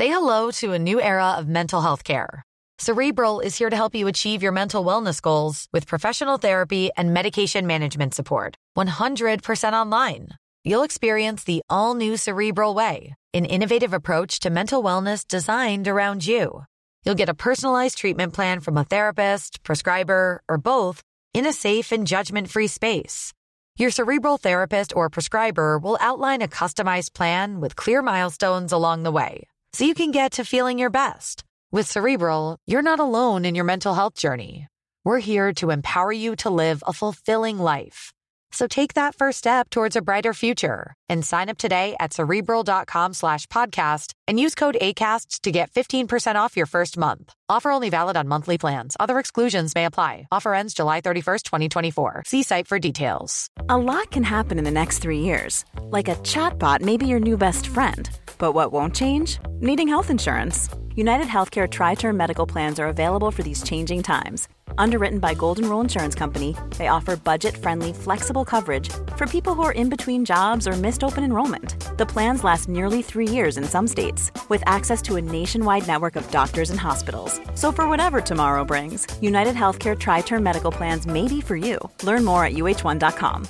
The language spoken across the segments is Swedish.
Say hello to a new era of mental health care. Cerebral is here to help you achieve your mental wellness goals with professional therapy and medication management support. 100% online. You'll experience the all-new Cerebral Way, an innovative approach to mental wellness designed around you. You'll get a personalized treatment plan from a therapist, prescriber, or both in a safe and judgment-free space. Your Cerebral therapist or prescriber will outline a customized plan with clear milestones along the way, so you can get to feeling your best. With Cerebral, you're not alone in your mental health journey. We're here to empower you to live a fulfilling life. So take that first step towards a brighter future and sign up today at Cerebral.com/podcast and use code ACAST to get 15% off your first month. Offer only valid on monthly plans. Other exclusions may apply. Offer ends July 31st, 2024. See site for details. A lot can happen in the next 3 years. Like a chatbot may be your new best friend. But what won't change? Needing health insurance. United Healthcare Tri-Term Medical Plans are available for these changing times. Underwritten by Golden Rule Insurance Company, they offer budget-friendly, flexible coverage for people who are in between jobs or missed open enrollment. The plans last nearly 3 years in some states, with access to a nationwide network of doctors and hospitals. So for whatever tomorrow brings, United Healthcare Tri-Term Medical Plans may be for you. Learn more at uh1.com.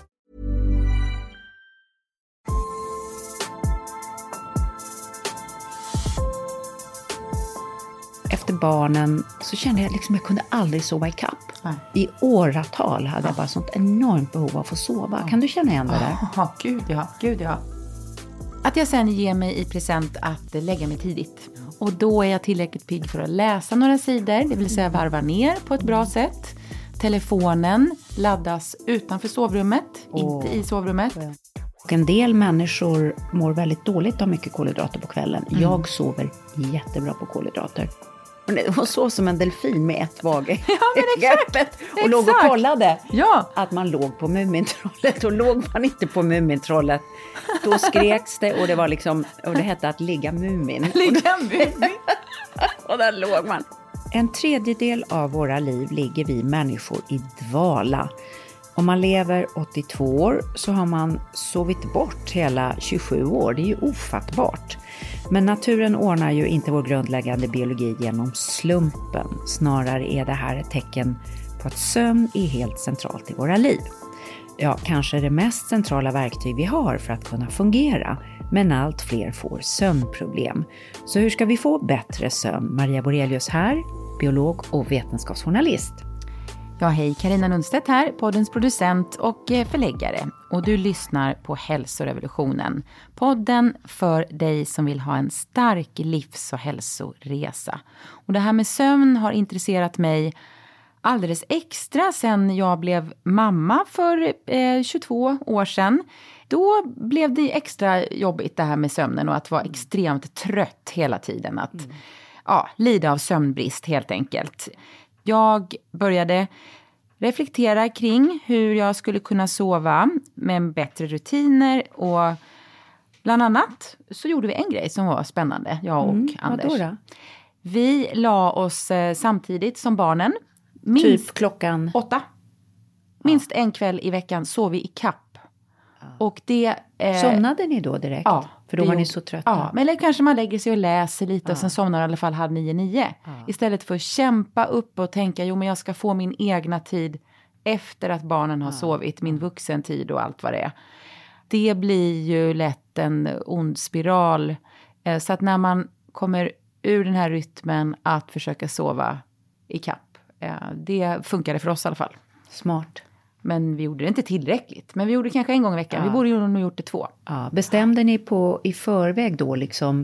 Efter barnen så kände jag liksom jag kunde aldrig sova i kapp. Nej. I åratal hade jag bara sånt enormt behov av att få sova. Kan du känna igen det där? Ja, gud ja. Att jag sen ger mig i present att lägga mig tidigt. Och då är jag tillräckligt pigg för att läsa några sidor. Det vill säga varva ner på ett bra sätt. Telefonen laddas utanför sovrummet, inte i sovrummet. Och en del människor mår väldigt dåligt av mycket kolhydrater på kvällen. Jag sover jättebra på kolhydrater. Och så som en delfin med ett vage och låg och kollade att man låg på Mumintrollet. Och låg man inte på Mumintrollet, då skreks det och det var liksom, och det hette att ligga mumin. Och där låg man. 1/3 av våra liv ligger vi människor i dvala. Om man lever 82 år så har man sovit bort hela 27 år. Det är ju ofattbart. Men naturen ordnar ju inte vår grundläggande biologi genom slumpen. Snarare är det här ett tecken på att sömn är helt centralt i våra liv. Ja, kanske det mest centrala verktyg vi har för att kunna fungera. Men allt fler får sömnproblem. Så hur ska vi få bättre sömn? Maria Borelius här, biolog och vetenskapsjournalist. Ja, hej, Carina Lundstedt här, poddens producent och förläggare. Och du lyssnar på Hälsorevolutionen. Podden för dig som vill ha en stark livs- och hälsoresa. Och det här med sömn har intresserat mig alldeles extra sen jag blev mamma för 22 år sedan. Då blev det extra jobbigt det här med sömnen och att vara extremt trött hela tiden. Att lida av sömnbrist helt enkelt. Jag började reflektera kring hur jag skulle kunna sova med bättre rutiner och bland annat så gjorde vi en grej som var spännande, jag och Anders. Vadå då? Vi la oss samtidigt som barnen. Minst typ klockan 8. Minst en kväll i veckan sov vi i kapp. Och det... somnade ni då direkt? Ja. För då var ni så trötta. Ja, men eller kanske man lägger sig och läser lite och sen somnar i alla fall 8:30. Istället för att kämpa upp och tänka, men jag ska få min egna tid efter att barnen har sovit. Min vuxentid och allt vad det är. Det blir ju lätt en ond spiral. Så att när man kommer ur den här rytmen att försöka sova i kapp. Det funkade för oss i alla fall. Smart. Men vi gjorde det inte tillräckligt. Men vi gjorde det kanske en gång i veckan. Vi borde ju nog gjort det 2. Ja, bestämde ni i förväg då liksom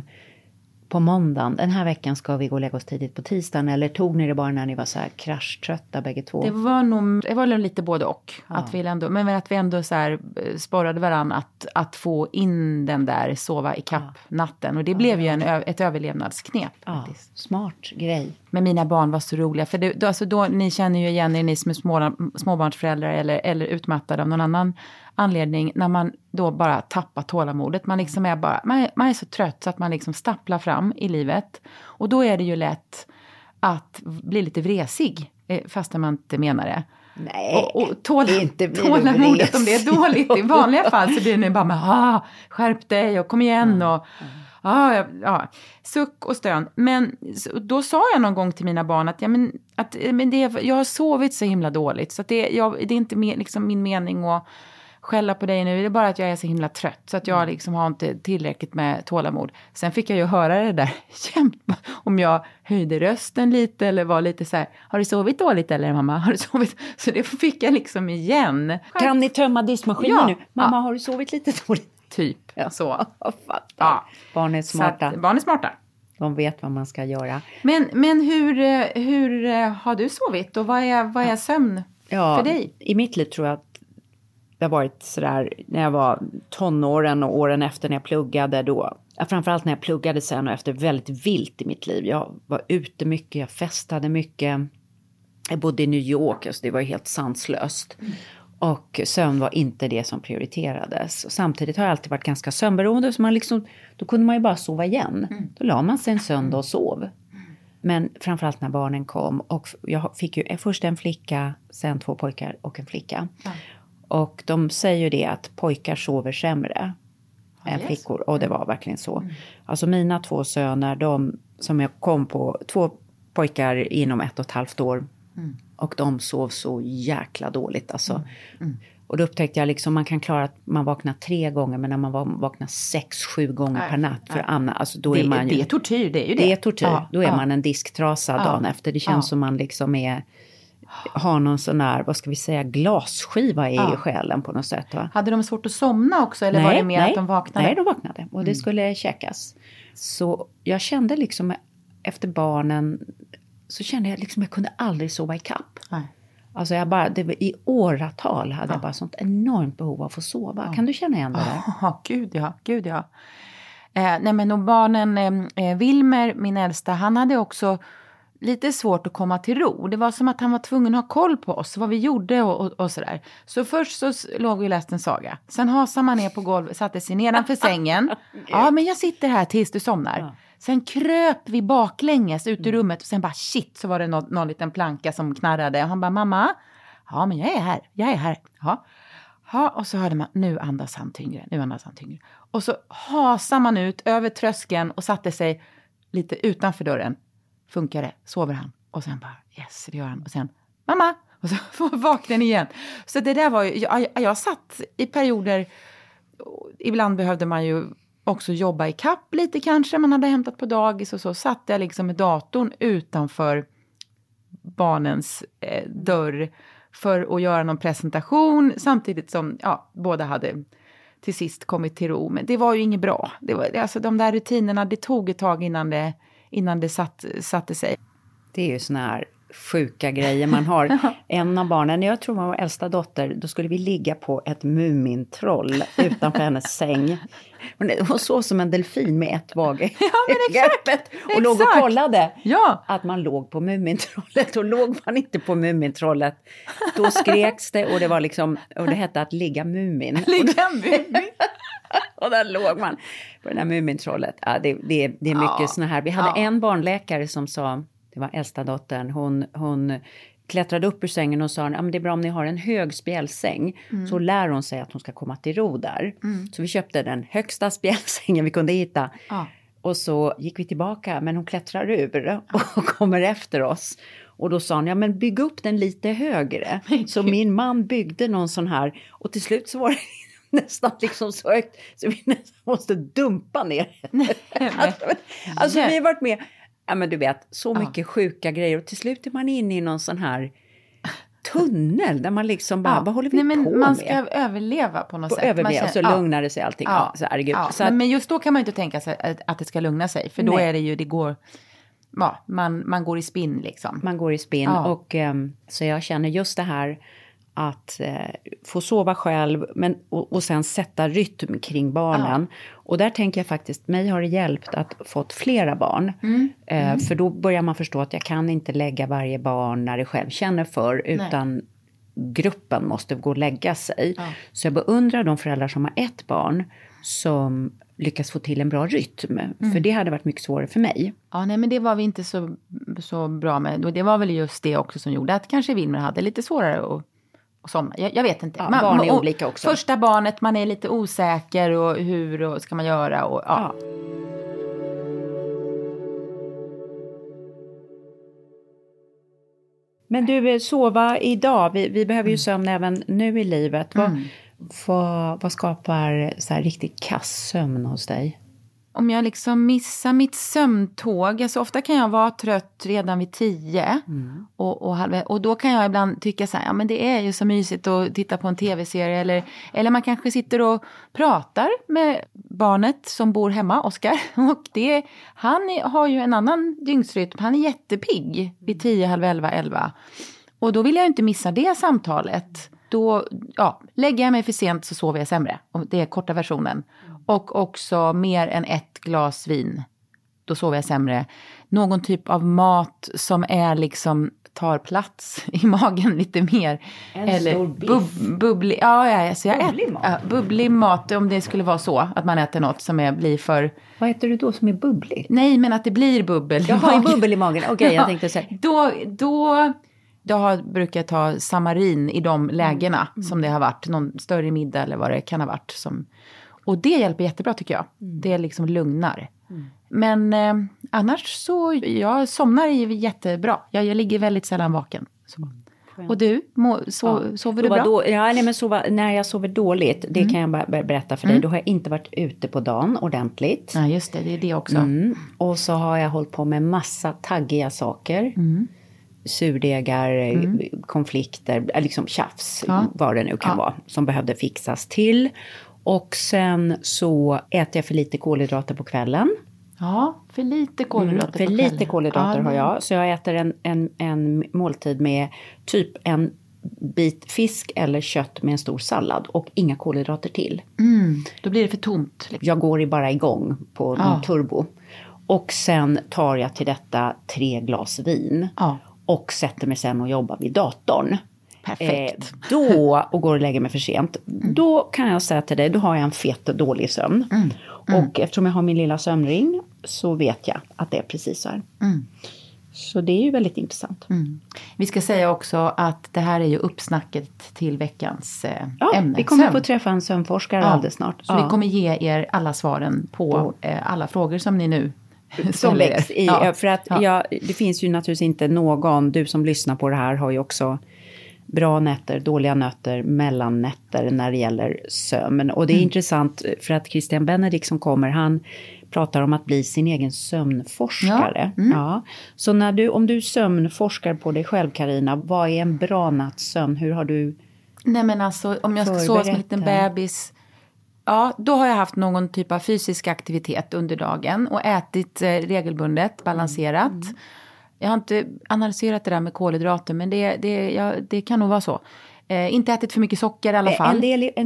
på måndagen? Den här veckan ska vi gå och lägga oss tidigt på tisdagen. Eller tog ni det bara när ni var så här kraschtrötta bägge två? Det var nog lite både och. Att vi ändå, men att vi ändå så här sporrade varann att få in den där sova i kapp natten. Och det blev ju ett överlevnadsknep. Ja, smart grej. Men mina barn var så roliga. För då, ni känner ju igen er, ni som är småbarnsföräldrar eller utmattade av någon annan anledning. När man då bara tappar tålamodet. Man liksom är man är så trött så att man liksom stapplar fram i livet. Och då är det ju lätt att bli lite vresig. Fast man inte menar det. Nej, och tålamodet om det är dåligt. I vanliga fall så blir det bara skärp dig och kom igen. Suck och stön. Men då sa jag någon gång till mina barn att, jag har sovit så himla dåligt. Så att det är inte liksom min mening att skälla på dig nu. Det är bara att jag är så himla trött. Så att jag liksom har inte tillräckligt med tålamod. Sen fick jag ju höra det där jämt. Om jag höjde rösten lite eller var lite så här. Har du sovit dåligt eller mamma? Har du sovit? Så det fick jag liksom igen. Kan ni tömma diskmaskinen nu? Mamma, har du sovit lite dåligt? Typ. Så. Barn är smarta. Barn är smarta. De vet vad man ska göra. Men hur har du sovit? Och vad är sömn för dig? I mitt liv tror jag att det har varit sådär när jag var tonåren och åren efter när jag pluggade då. Framförallt när jag pluggade sen och efter väldigt vilt i mitt liv. Jag var ute mycket, jag festade mycket. Jag bodde i New York, så det var helt sanslöst. Och sömn var inte det som prioriterades. Och samtidigt har jag alltid varit ganska sömnberoende. Så då kunde man ju bara sova igen. Då la man sig en söndag och sov. Men framförallt när barnen kom. Och jag fick ju först en flicka, sen 2 pojkar och en flicka. Och de säger ju det att pojkar sover sämre än flickor. Och det var verkligen så. Alltså mina 2 söner, de som jag kom på, 2 pojkar inom 1,5 år. Och de sov så jäkla dåligt alltså. Och då upptäckte jag liksom, man kan klara att man vaknar 3 gånger. Men när man vaknar 6-7 gånger per natt för Anna. Alltså då är man ju, det är tortyr, det är ju det. Det är tortyr, då är man en disktrasa dagen efter. Det känns som man liksom har någon sån här, vad ska vi säga, glasskiva i själen på något sätt. Va? Hade de svårt att somna också? Eller var det mer att de vaknade? Nej, de vaknade. Och det skulle käkas. Så jag kände liksom efter barnen, så kände jag liksom jag kunde aldrig sova i kapp. Nej. Alltså i åratal hade jag bara sånt enormt behov av att få sova. Kan du känna igen det där? Ja, gud ja. Nej men och barnen, Wilmer, min äldsta, han hade också lite svårt att komma till ro. Det var som att han var tvungen att ha koll på oss, vad vi gjorde och sådär. Så först så låg vi och läste en saga. Sen hasade man ner på golvet, satte sig nedanför sängen. Ja, men jag sitter här tills du somnar. Ja. Sen kröp vi baklänges ut ur rummet och sen bara shit, så var det någon liten planka som knarrade. Och han bara, mamma, ja men jag är här. Ja, och så hörde man, nu andas han tyngre. Och så hasar man ut över tröskeln och satte sig lite utanför dörren. Funkar det? Sover han? Och sen bara, yes, det gör han. Och sen, mamma! Och så vaknade igen. Så det där var ju, jag satt i perioder, ibland behövde man ju också jobba i kapp lite kanske. Man hade hämtat på dagis och så satt jag liksom med datorn utanför barnens dörr för att göra någon presentation. Samtidigt som båda hade till sist kommit till ro. Men det var ju inget bra. Det var, alltså de där rutinerna, det tog ett tag innan det satte sig. Det är ju såna här sjuka grejer man har. En av barnen, jag tror man var äldsta dotter, då skulle vi ligga på ett mumintroll utanför hennes säng. Hon sov som en delfin med ett vag i greppet och låg och kollade att man låg på mumintrollet. Och låg man inte på mumintrollet, då skreks det och det var liksom, och det hette att ligga mumin. Ligga mumin. Och där låg man på det här mumintrollet. Ja, det är mycket såna här. Vi hade en barnläkare som sa, det var äldsta dottern, hon klättrade upp ur sängen och sa, men det är bra om ni har en hög spjälsäng. Så lär hon sig att hon ska komma till ro där. Så vi köpte den högsta spjälsängen vi kunde hitta. Och så gick vi tillbaka, men hon klättrar ur och kommer efter oss. Och då sa hon, men bygg upp den lite högre. Så min man byggde någon sån här, och till slut så var det nästan liksom så högt så vi nästan måste dumpa ner. Alltså vi har varit med, men du vet, så mycket sjuka grejer och till slut är man inne i någon sån här tunnel där man liksom bara, vad håller vi på med? Man ska överleva på något sätt. Överleva, så lugnar det sig allting. Så herregud. Så men just då kan man ju inte tänka sig att det ska lugna sig, för då är det ju, det går, man går i spinn liksom. Man går i spinn och så jag känner just det här att få sova själv och sen sätta rytm kring barnen. Och där tänker jag faktiskt, mig har det hjälpt att fått flera barn. För då börjar man förstå att jag kan inte lägga varje barn när det själv känner för, utan gruppen måste gå och lägga sig. Så jag beundrar de föräldrar som har ett barn som lyckas få till en bra rytm. För det hade varit mycket svårare för mig. Ja, nej, men det var vi inte så bra med. Och det var väl just det också som gjorde att kanske Wilmer hade lite svårare att somna. Jag vet inte. Barn är olika också. Första barnet, man är lite osäker och hur ska man göra. Men du, sova idag. Vi behöver ju sömn även nu i livet. Vad skapar så här riktigt kass sömn hos dig? Om jag liksom missar mitt sömntåg, alltså ofta kan jag vara trött redan vid 10 och då kan jag ibland tycka så här, ja men det är ju så mysigt att titta på en tv-serie eller man kanske sitter och pratar med barnet som bor hemma, Oskar, och han har ju en annan dygnsrytm, han är jättepigg vid 10, halv 11 och då vill jag inte missa det samtalet. Då lägger jag mig för sent så sover jag sämre. Och det är korta versionen. Och också mer än 1 glas vin. Då sover jag sämre. Någon typ av mat som är liksom tar plats i magen lite mer. Eller stor biff. Bubblig. Så jag bubblig mat. Bubblig mat, om det skulle vara så. Att man äter något som blir för... Vad äter du då som är bubblig? Nej, men att det blir bubbel i magen. Bubbel i magen. Okej, jag tänkte så här. Då brukar jag ta samarin i de lägena som det har varit. Någon större middag eller vad det kan ha varit. Och det hjälper jättebra tycker jag. Det liksom lugnar. Men annars så, jag somnar jättebra. Jag ligger väldigt sällan vaken. Så. Och du, sover du bra? När jag sover dåligt, det kan jag bara berätta för dig. Då har jag inte varit ute på dagen ordentligt. Nej, just det är det också. Och så har jag hållit på med massa taggiga saker. Surdegar, konflikter, liksom tjafs, vad det nu kan vara, som behövde fixas till. Och sen så äter jag för lite kolhydrater på kvällen. Ja, för lite kolhydrater på kvällen. För lite kolhydrater har jag. Så jag äter en måltid med typ en bit fisk eller kött med en stor sallad. Och inga kolhydrater till. Då blir det för tomt. Liksom. Jag går bara igång på en turbo. Och sen tar jag till detta 3 glas vin. Och sätter mig sen och jobbar vid datorn. Perfekt. Och går och lägger mig för sent. Då kan jag säga till dig, då har jag en fet och dålig sömn. Och eftersom jag har min lilla sömnring så vet jag att det är precis så här. Så det är ju väldigt intressant. Vi ska säga också att det här är ju uppsnacket till veckans ämne. Vi kommer få träffa en sömnforskare alldeles snart. Så vi kommer ge er alla svaren på alla frågor som ni nu som läggs i. För att det finns ju naturligtvis inte någon, du som lyssnar på det här har ju också bra nätter, dåliga nätter, mellannätter när det gäller sömn. Och det är intressant för att Christian Benedikt som kommer, han pratar om att bli sin egen sömnforskare. Så om du sömnforskar på dig själv, Carina, vad är en bra nattsömn? Hur har du... Nej men alltså, om jag ska sova som en liten bebis... Ja, då har jag haft någon typ av fysisk aktivitet under dagen och ätit regelbundet, balanserat. Jag har inte analyserat det där med kolhydrater, men det kan nog vara så. Inte ätit för mycket socker i alla fall.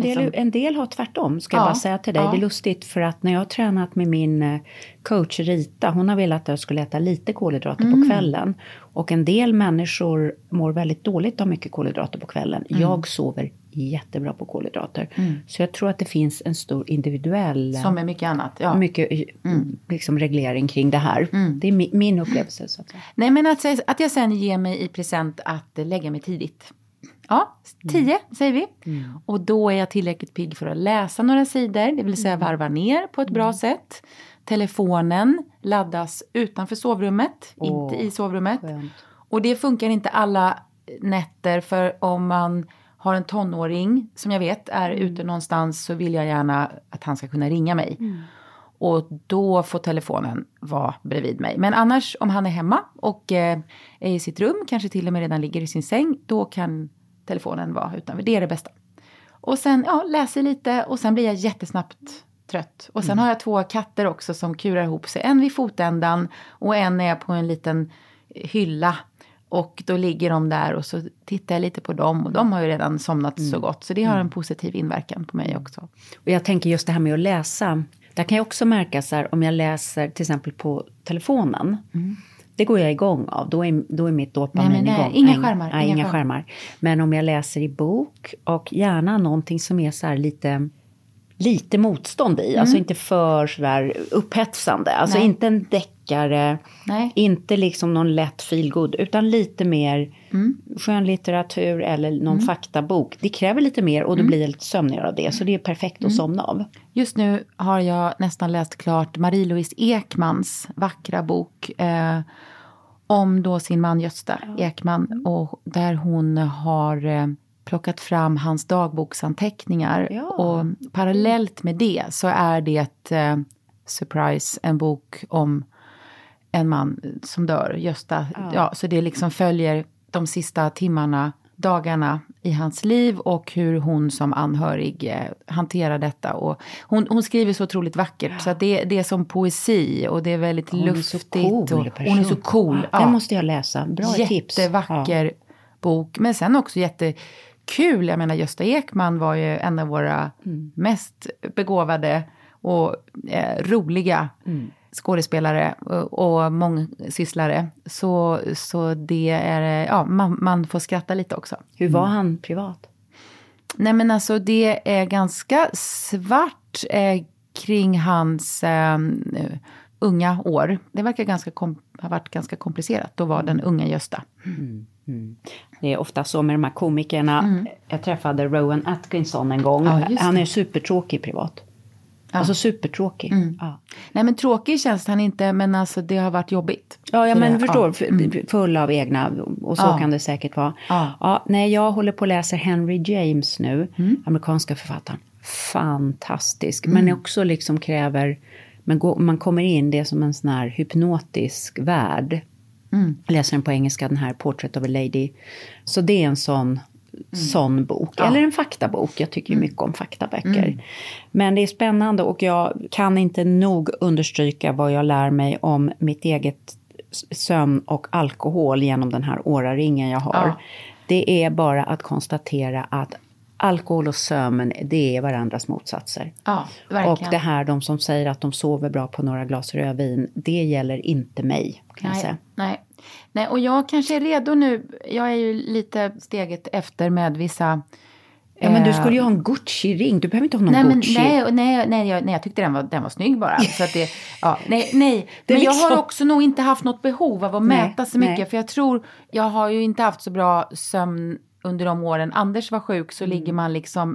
En del har tvärtom, ska jag bara säga till dig. Det är lustigt för att när jag har tränat med min coach Rita, hon har velat att jag skulle äta lite kolhydrater på kvällen. Och en del människor mår väldigt dåligt av mycket kolhydrater på kvällen. Jag sover jättebra på kolhydrater. Så jag tror att det finns en stor individuell... Som är mycket annat, mycket liksom reglering kring det här. Det är min upplevelse. Så att säga. Nej, men att jag sen ger mig i present att lägga mig tidigt. Ja, 10 säger vi. Och då är jag tillräckligt pigg för att läsa några sidor. Det vill säga varva ner på ett bra sätt. Telefonen laddas utanför sovrummet. Inte i sovrummet. Skönt. Och det funkar inte alla nätter. För om man har en tonåring som jag vet är ute någonstans. Så vill jag gärna att han ska kunna ringa mig. Och då får telefonen vara bredvid mig. Men annars om han är hemma och är i sitt rum. Kanske till och med redan ligger i sin säng. Då kan telefonen vara utanför. Det är det bästa. Och sen läser lite. Och sen blir jag jättesnabbt trött. Och sen har jag 2 katter också som kurar ihop sig. En vid fotändan. Och en är på en liten hylla. Och då ligger de där och så tittar jag lite på dem. Och de har ju redan somnat så gott. Så det har en positiv inverkan på mig också. Och jag tänker just det här med att läsa. Där kan jag också märka så här, om jag läser till exempel på telefonen. Det går jag igång av. Då är mitt dopamin igång. Inga skärmar. Nej, inga skärmar. Men om jag läser i bok och gärna någonting som är så här lite motstånd i. Alltså inte för så där upphetsande. Alltså inte en deckare. Nej. Inte liksom någon lätt feelgood. Utan lite mer skönlitteratur eller någon faktabok. Det kräver lite mer och då blir jag lite sömnigare av det. Så det är perfekt att somna av. Just nu har jag nästan läst klart Marie-Louise Ekmans vackra bok. om då sin man Gösta Ekman. Och där hon har plockat fram hans dagboksanteckningar. Ja. Och parallellt med det så är det surprise, en bok om en man som dör, Gösta. Ja, så det liksom följer de sista timmarna, dagarna i hans liv och hur hon som anhörig hanterar detta. Och hon skriver så otroligt vackert så att det är som poesi och det är väldigt luftigt. Hon är så cool. Ja, det måste jag läsa. Bra tips. Jättevacker bok. Men sen också jättekul. Jag menar, Gösta Ekman var ju en av våra mest begåvade och roliga skådespelare och mångsysslare. Så det är, man får skratta lite också. Hur var han privat? Nej, men alltså det är ganska svart kring hans unga år. Det verkar ha varit ganska komplicerat. Då var den unga Gösta. Det är ofta så med de här komikerna. Jag träffade Rowan Atkinson en gång. Han är supertråkig privat. Alltså supertråkig. Ja. Nej, men tråkig känns han inte, men alltså det har varit jobbigt. Ja, men förstår, full av egna, och så kan det säkert vara. Nej, jag håller på att läsa Henry James nu, amerikanska författaren. Fantastisk, men också liksom kräver, man kommer in, det är som en sån här hypnotisk värld. Jag läser den på engelska, den här Portrait of a Lady. Så det är en sån bok. Eller en faktabok. Jag tycker ju mycket om faktaböcker. Men det är spännande och jag kan inte nog understryka vad jag lär mig om mitt eget sömn och alkohol genom den här åraringen jag har. Det är bara att konstatera att alkohol och sömn, det är varandras motsatser. Ja, verkligen. Och det här, de som säger att de sover bra på några glas rödvin, det gäller inte mig, kan jag säga. Nej, och jag kanske är redo nu. Jag är ju lite steget efter med vissa... Ja, men du skulle ju ha en Gucci-ring. Du behöver inte ha någon Gucci. Nej, jag tyckte den var snygg bara. Så att nej. Men jag har också nog inte haft något behov av att mäta så mycket. För jag tror, jag har ju inte haft så bra sömn under de åren Anders var sjuk. Så ligger man liksom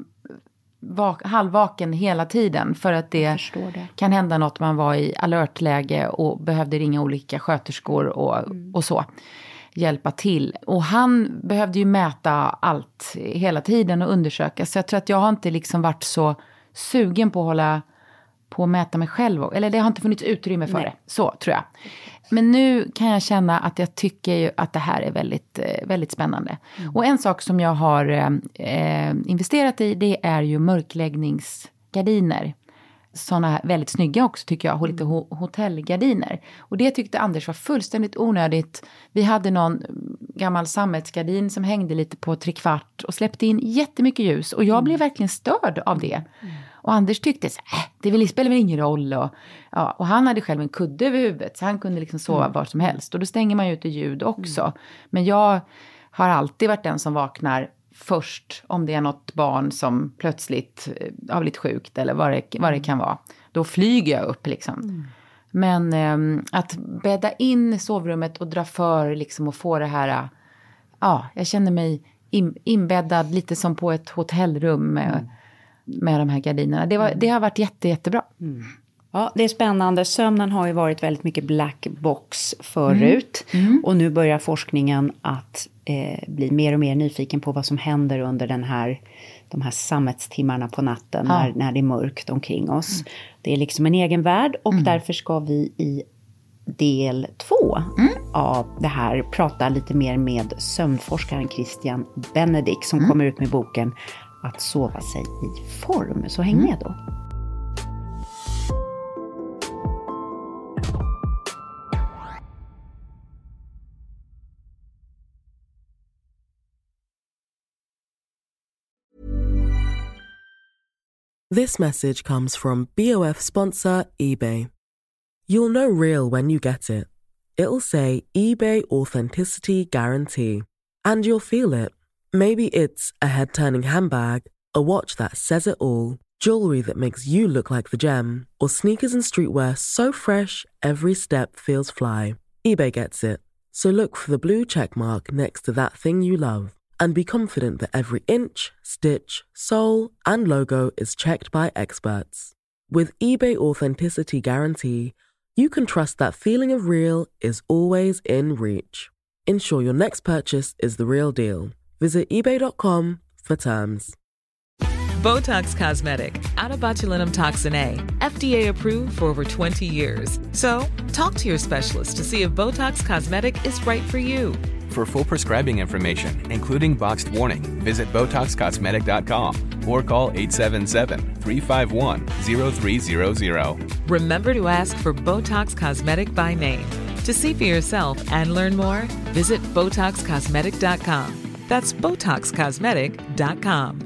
halvvaken hela tiden. För att det kan hända något, man var i alertläge och behövde ringa olika sköterskor och så. Hjälpa till. Och han behövde ju mäta allt hela tiden och undersöka. Så jag tror att jag har inte liksom varit så sugen på att hålla på att mäta mig själv. Eller det har inte funnits utrymme för det. Så tror jag. Men nu kan jag känna att jag tycker ju att det här är väldigt, väldigt spännande. Och en sak som jag har investerat i, det är ju mörkläggningsgardiner. Såna här väldigt snygga också tycker jag. Och lite hotellgardiner. Och det tyckte Anders var fullständigt onödigt. Vi hade någon gammal sammetsgardin som hängde lite på 3/4 och släppte in jättemycket ljus. Och jag blev verkligen störd av det. Och Anders tyckte så det spelar väl ingen roll. Och han hade själv en kudde över huvudet. Så han kunde liksom sova var som helst. Och då stänger man ju ute ljud också. Men jag har alltid varit den som vaknar först om det är något barn som plötsligt har blivit sjukt eller vad det kan vara. Då flyger jag upp liksom. Men att bädda in sovrummet och dra för liksom och få det här, jag känner mig inbäddad lite som på ett hotellrum med de här gardinerna. Det har varit jättebra. Ja, det är spännande. Sömnen har ju varit väldigt mycket black box förut. Och nu börjar forskningen att bli mer och mer nyfiken på vad som händer under de här sammetstimmarna på natten när det är mörkt omkring oss. Det är liksom en egen värld och därför ska vi i del 2 av det här prata lite mer med sömnforskaren Christian Benedict som kommer ut med boken Att sova sig i form. Så häng med då. This message comes from BOF sponsor eBay. You'll know real when you get it. It'll say eBay Authenticity Guarantee. And you'll feel it. Maybe it's a head-turning handbag, a watch that says it all, jewelry that makes you look like the gem, or sneakers and streetwear so fresh every step feels fly. eBay gets it. So look for the blue check mark next to that thing you love. And be confident that every inch, stitch, sole, and logo is checked by experts. With eBay Authenticity Guarantee, you can trust that feeling of real is always in reach. Ensure your next purchase is the real deal. Visit ebay.com for terms. Botox Cosmetic, out of botulinum toxin A, FDA approved for over 20 years. So, talk to your specialist to see if Botox Cosmetic is right for you. For full prescribing information, including boxed warning, visit BotoxCosmetic.com or call 877-351-0300. Remember to ask for Botox Cosmetic by name. To see for yourself and learn more, visit BotoxCosmetic.com. That's BotoxCosmetic.com.